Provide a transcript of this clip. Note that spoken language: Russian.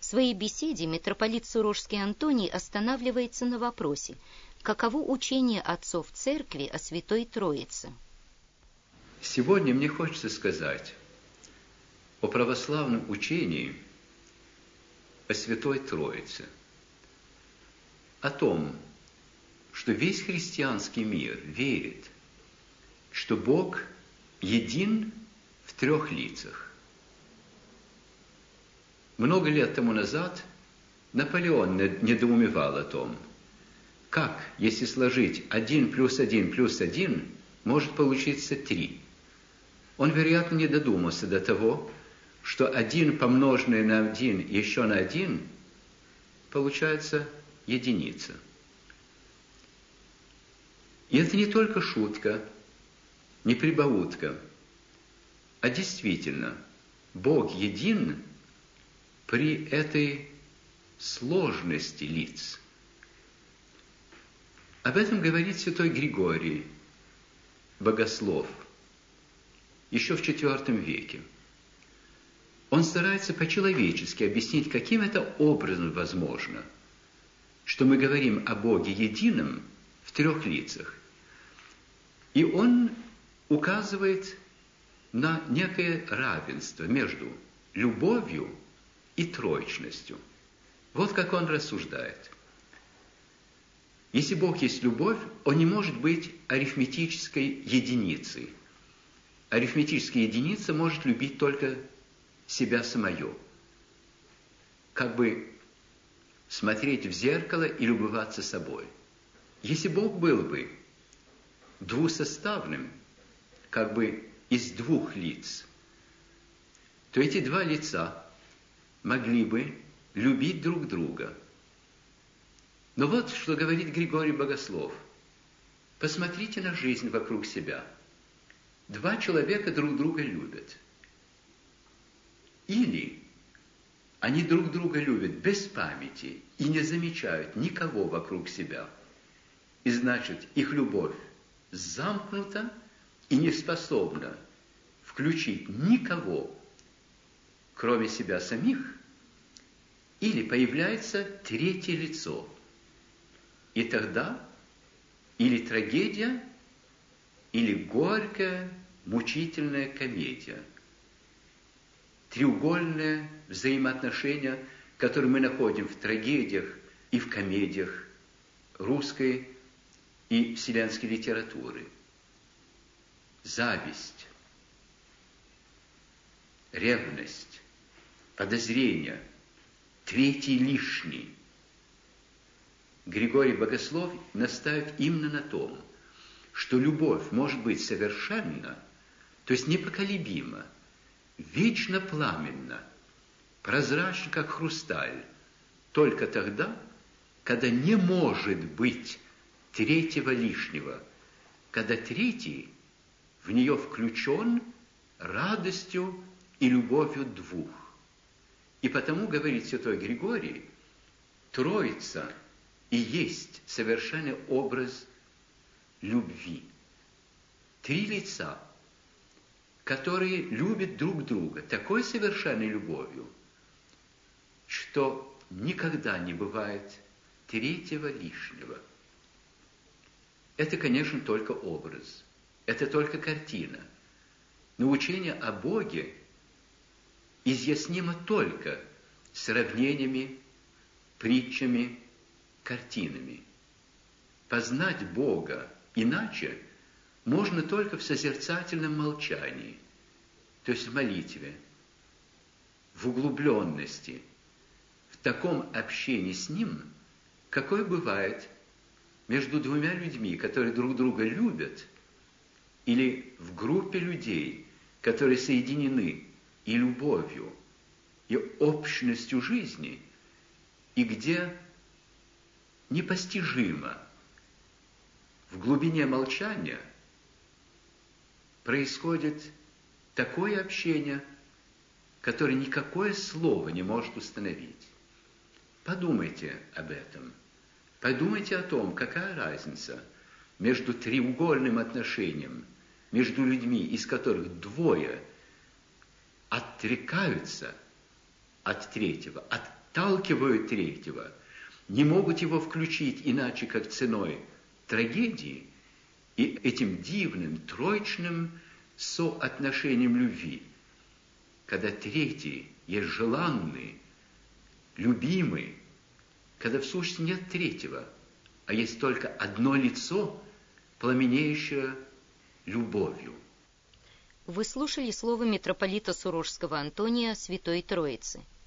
своей беседе митрополит Сурожский Антоний останавливается на вопросе, каково учение отцов Церкви о Святой Троице. Сегодня мне хочется сказать о православном учении о Святой Троице, о том, что весь христианский мир верит, что Бог един в трех лицах. Много лет тому назад Наполеон недоумевал о том, как, если сложить 1 плюс 1 плюс 1, может получиться 3. Он, вероятно, не додумался до того, что 1 помноженный на 1 еще на 1 получается единица. И это не только шутка, не прибаутка, а действительно, Бог един при этой сложности лиц. Об этом говорит святой Григорий, богослов, еще в IV веке. Он старается по-человечески объяснить, каким это образом возможно, что мы говорим о Боге едином в трех лицах. И он указывает на некое равенство между любовью и троичностью. Вот как он рассуждает. Если Бог есть любовь, Он не может быть арифметической единицей. Арифметическая единица может любить только себя самое. Как бы смотреть в зеркало и любоваться собой. Если Бог был бы двусоставным, как бы из двух лиц, то эти два лица могли бы любить друг друга. Но вот что говорит Григорий Богослов. Посмотрите на жизнь вокруг себя. Два человека друг друга любят. Или они друг друга любят без памяти и не замечают никого вокруг себя. И значит, их любовь замкнута и не способна включить никого, кроме себя самих, или появляется третье лицо. И тогда или трагедия, или горькая, мучительная комедия. Треугольное взаимоотношение, которое мы находим в трагедиях и в комедиях русской и вселенской литературы. Зависть, ревность, подозрение, третий лишний. Григорий Богослов настаивает именно на том, что любовь может быть совершенна, то есть непоколебима, вечно пламенна, прозрачна, как хрусталь, только тогда, когда не может быть третьего лишнего, когда третий в нее включен радостью и любовью двух. И потому, говорит святой Григорий, Троица и есть совершенный образ любви. Три лица, которые любят друг друга такой совершенной любовью, что никогда не бывает третьего лишнего. Это, конечно, только образ, это только картина. Но учение о Боге изъяснимо только сравнениями, притчами, картинами. Познать Бога иначе можно только в созерцательном молчании, то есть в молитве, в углубленности, в таком общении с Ним, какое бывает между двумя людьми, которые друг друга любят, или в группе людей, которые соединены и любовью, и общностью жизни, и где непостижимо в глубине молчания происходит такое общение, которое никакое слово не может установить. Подумайте об этом. Подумайте о том, какая разница между треугольным отношением между людьми, из которых двое отрекаются от третьего, отталкивают третьего, не могут его включить иначе, как ценой трагедии и этим дивным, троечным соотношением любви, когда третий есть желанный, любимый, когда в сущности нет третьего, а есть только одно лицо, пламенеющее любовью. Вы слушали слово митрополита Сурожского Антония Святой Троицы.